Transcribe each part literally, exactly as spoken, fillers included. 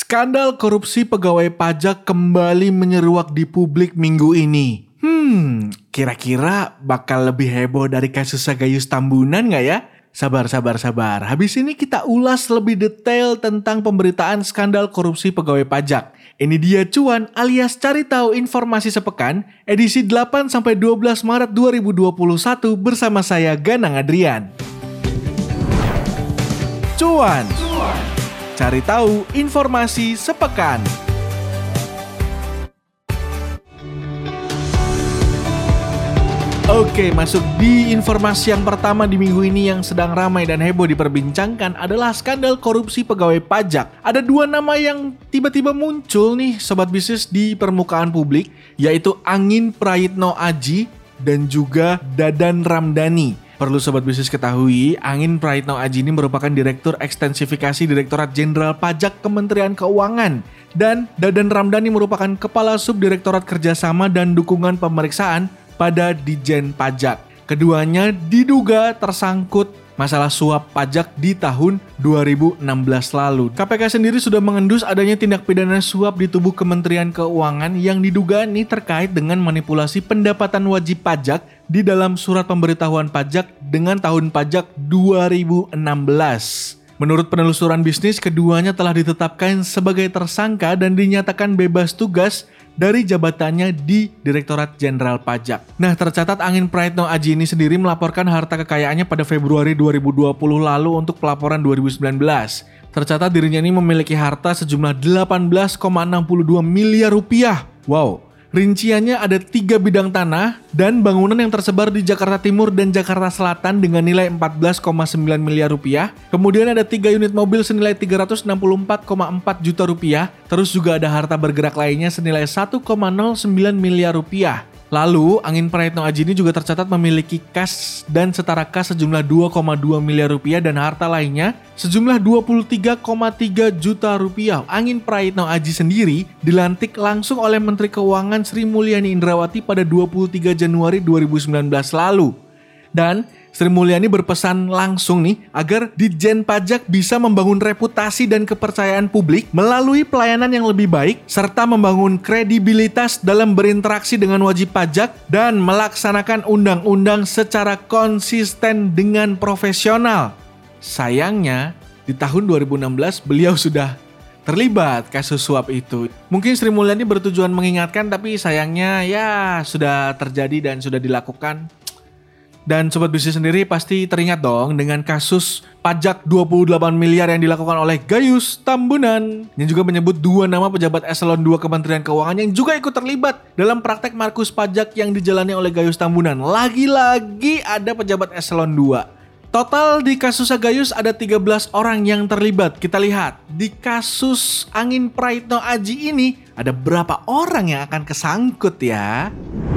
Skandal korupsi pegawai pajak kembali menyeruak di publik minggu ini. Hmm, kira-kira bakal lebih heboh dari kasus Gayus Tambunan nggak ya? Sabar, sabar, sabar. Habis ini kita ulas lebih detail tentang pemberitaan skandal korupsi pegawai pajak. Ini dia Cuan alias cari tahu informasi sepekan, edisi delapan sampai dua belas Maret dua ribu dua puluh satu bersama saya Ganang Adrian. Cuan. Cuan. Cari tahu informasi sepekan. Oke, masuk di informasi yang pertama di minggu ini yang sedang ramai dan heboh diperbincangkan adalah skandal korupsi pegawai pajak. Ada dua nama yang tiba-tiba muncul nih sobat bisnis di permukaan publik, yaitu Angin Prayitno Aji dan juga Dadan Ramdhani. Perlu sobat bisnis ketahui, Angin Prayitno Aji ini merupakan Direktur Ekstensifikasi Direktorat Jenderal Pajak Kementerian Keuangan. Dan Dadan Ramdhani merupakan Kepala Subdirektorat Kerjasama dan Dukungan Pemeriksaan pada Ditjen Pajak. Keduanya diduga tersangkut masalah suap pajak di tahun dua ribu enam belas lalu. K P K sendiri sudah mengendus adanya tindak pidana suap di tubuh Kementerian Keuangan yang diduga ini terkait dengan manipulasi pendapatan wajib pajak di dalam surat pemberitahuan pajak dengan tahun pajak dua ribu enam belas. Menurut penelusuran bisnis, keduanya telah ditetapkan sebagai tersangka dan dinyatakan bebas tugas dari jabatannya di Direktorat Jenderal Pajak. Nah, tercatat Angin Prayitno Aji ini sendiri melaporkan harta kekayaannya pada Februari dua ribu dua puluh lalu untuk pelaporan dua ribu sembilan belas. Tercatat dirinya ini memiliki harta sejumlah delapan belas koma enam dua miliar rupiah. Wow. Rinciannya ada tiga bidang tanah dan bangunan yang tersebar di Jakarta Timur dan Jakarta Selatan dengan nilai empat belas koma sembilan miliar rupiah. Kemudian ada tiga unit mobil senilai tiga ratus enam puluh empat koma empat juta rupiah. Terus juga ada harta bergerak lainnya senilai satu koma nol sembilan miliar rupiah. Lalu, Angin Prayitno Aji ini juga tercatat memiliki kas dan setara kas sejumlah dua koma dua miliar rupiah dan harta lainnya sejumlah dua puluh tiga koma tiga juta rupiah. Angin Prayitno Aji sendiri dilantik langsung oleh Menteri Keuangan Sri Mulyani Indrawati pada dua puluh tiga Januari dua ribu sembilan belas lalu. Dan Sri Mulyani berpesan langsung nih agar Ditjen Pajak bisa membangun reputasi dan kepercayaan publik melalui pelayanan yang lebih baik serta membangun kredibilitas dalam berinteraksi dengan wajib pajak dan melaksanakan undang-undang secara konsisten dengan profesional. Sayangnya, di tahun dua ribu enam belas beliau sudah terlibat kasus suap itu. Mungkin Sri Mulyani bertujuan mengingatkan, tapi sayangnya ya sudah terjadi dan sudah dilakukan. Dan sobat bisnis sendiri pasti teringat dong dengan kasus pajak dua puluh delapan miliar yang dilakukan oleh Gayus Tambunan. Yang juga menyebut dua nama pejabat eselon dua Kementerian Keuangan yang juga ikut terlibat dalam praktek markus pajak yang dijalani oleh Gayus Tambunan. Lagi-lagi ada pejabat eselon dua. Total di kasus Gayus ada tiga belas orang yang terlibat. Kita lihat di kasus Angin Prayitno Aji ini ada berapa orang yang akan kesangkut ya.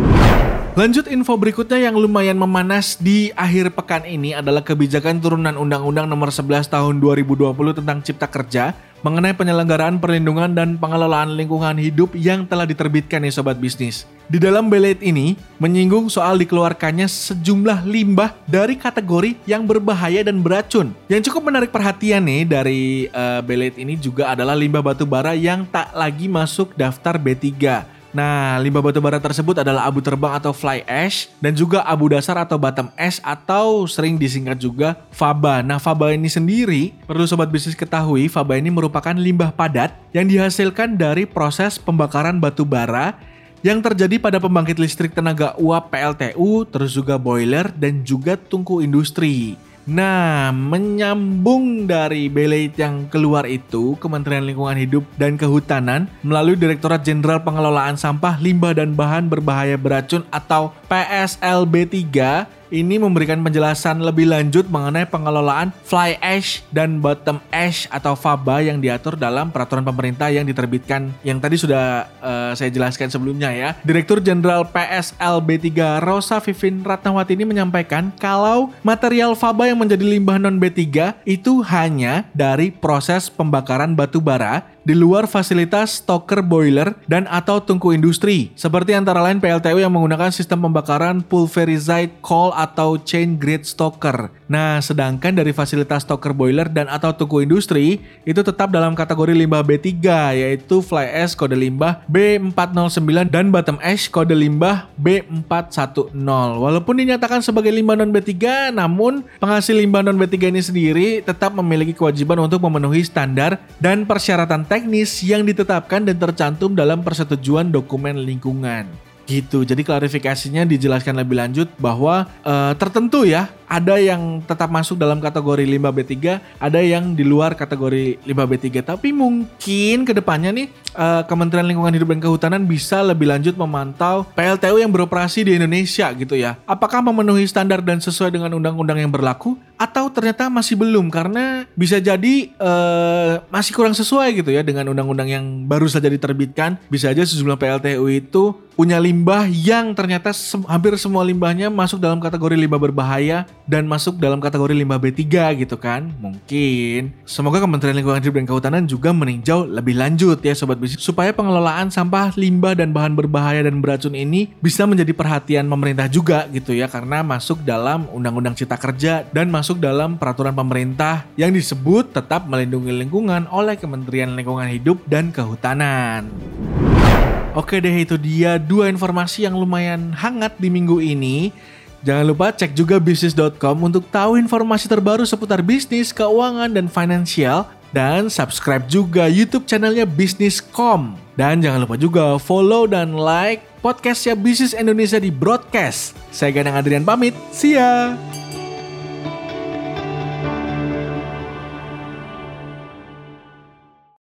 Lanjut info berikutnya yang lumayan memanas di akhir pekan ini adalah kebijakan turunan Undang-Undang Nomor sebelas Tahun dua ribu dua puluh tentang Cipta Kerja mengenai penyelenggaraan perlindungan dan pengelolaan lingkungan hidup yang telah diterbitkan nih sobat bisnis. Di dalam belet ini menyinggung soal dikeluarkannya sejumlah limbah dari kategori yang berbahaya dan beracun. Yang cukup menarik perhatian nih dari uh, belet ini juga adalah limbah batu bara yang tak lagi masuk daftar B tiga. Nah, limbah batubara tersebut adalah abu terbang atau fly ash dan juga abu dasar atau bottom ash atau sering disingkat juga faba. Nah, faba ini sendiri perlu sobat bisnis ketahui, faba ini merupakan limbah padat yang dihasilkan dari proses pembakaran batubara yang terjadi pada pembangkit listrik tenaga uap P L T U, terus juga boiler dan juga tungku industri. Nah, menyambung dari belet yang keluar itu, Kementerian Lingkungan Hidup dan Kehutanan melalui Direktorat Jenderal Pengelolaan Sampah, Limbah dan Bahan Berbahaya Beracun atau P S L B tiga ini memberikan penjelasan lebih lanjut mengenai pengelolaan fly ash dan bottom ash atau faba yang diatur dalam peraturan pemerintah yang diterbitkan yang tadi sudah uh, saya jelaskan sebelumnya ya. Direktur Jenderal P S L B tiga Rosa Vivin Ratnawati ini menyampaikan kalau material faba yang menjadi limbah non B tiga itu hanya dari proses pembakaran batu bara di luar fasilitas stoker boiler dan atau tungku industri, seperti antara lain P L T U yang menggunakan sistem pembakaran pulverized coal atau chain grade stoker. Nah, sedangkan dari fasilitas stoker boiler dan atau tungku industri itu tetap dalam kategori limbah B tiga, yaitu fly ash kode limbah B empat nol sembilan dan bottom ash kode limbah B empat satu nol. Walaupun dinyatakan sebagai limbah non B tiga, namun penghasil limbah non B tiga ini sendiri tetap memiliki kewajiban untuk memenuhi standar dan persyaratan teknis yang ditetapkan dan tercantum dalam persetujuan dokumen lingkungan. Gitu. Jadi klarifikasinya dijelaskan lebih lanjut bahwa uh, tertentu ya, ada yang tetap masuk dalam kategori limbah B tiga, ada yang di luar kategori limbah B tiga. Tapi mungkin kedepannya nih uh, Kementerian Lingkungan Hidup dan Kehutanan bisa lebih lanjut memantau P L T U yang beroperasi di Indonesia gitu ya. Apakah memenuhi standar dan sesuai dengan undang-undang yang berlaku? Atau ternyata masih belum, karena bisa jadi uh, masih kurang sesuai gitu ya dengan undang-undang yang baru saja diterbitkan. Bisa aja sejumlah P L T U itu punya limbah yang ternyata se- hampir semua limbahnya masuk dalam kategori limbah berbahaya dan masuk dalam kategori limbah B tiga gitu kan. Mungkin. Semoga Kementerian Lingkungan Hidup dan Kehutanan juga meninjau lebih lanjut ya Sobat Bisnis, supaya pengelolaan sampah limbah dan bahan berbahaya dan beracun ini bisa menjadi perhatian pemerintah juga gitu ya, karena masuk dalam Undang-Undang Cipta Kerja dan masuk dalam peraturan pemerintah yang disebut tetap melindungi lingkungan oleh Kementerian Lingkungan Hidup dan Kehutanan. Oke deh, itu dia dua informasi yang lumayan hangat di minggu ini. Jangan lupa cek juga bisnis dot com untuk tahu informasi terbaru seputar bisnis, keuangan, dan finansial. Dan subscribe juga YouTube channelnya Bisnis dot com. Dan jangan lupa juga follow dan like podcastnya Bisnis Indonesia di Broadcast. Saya Ganang Adrian pamit, see ya!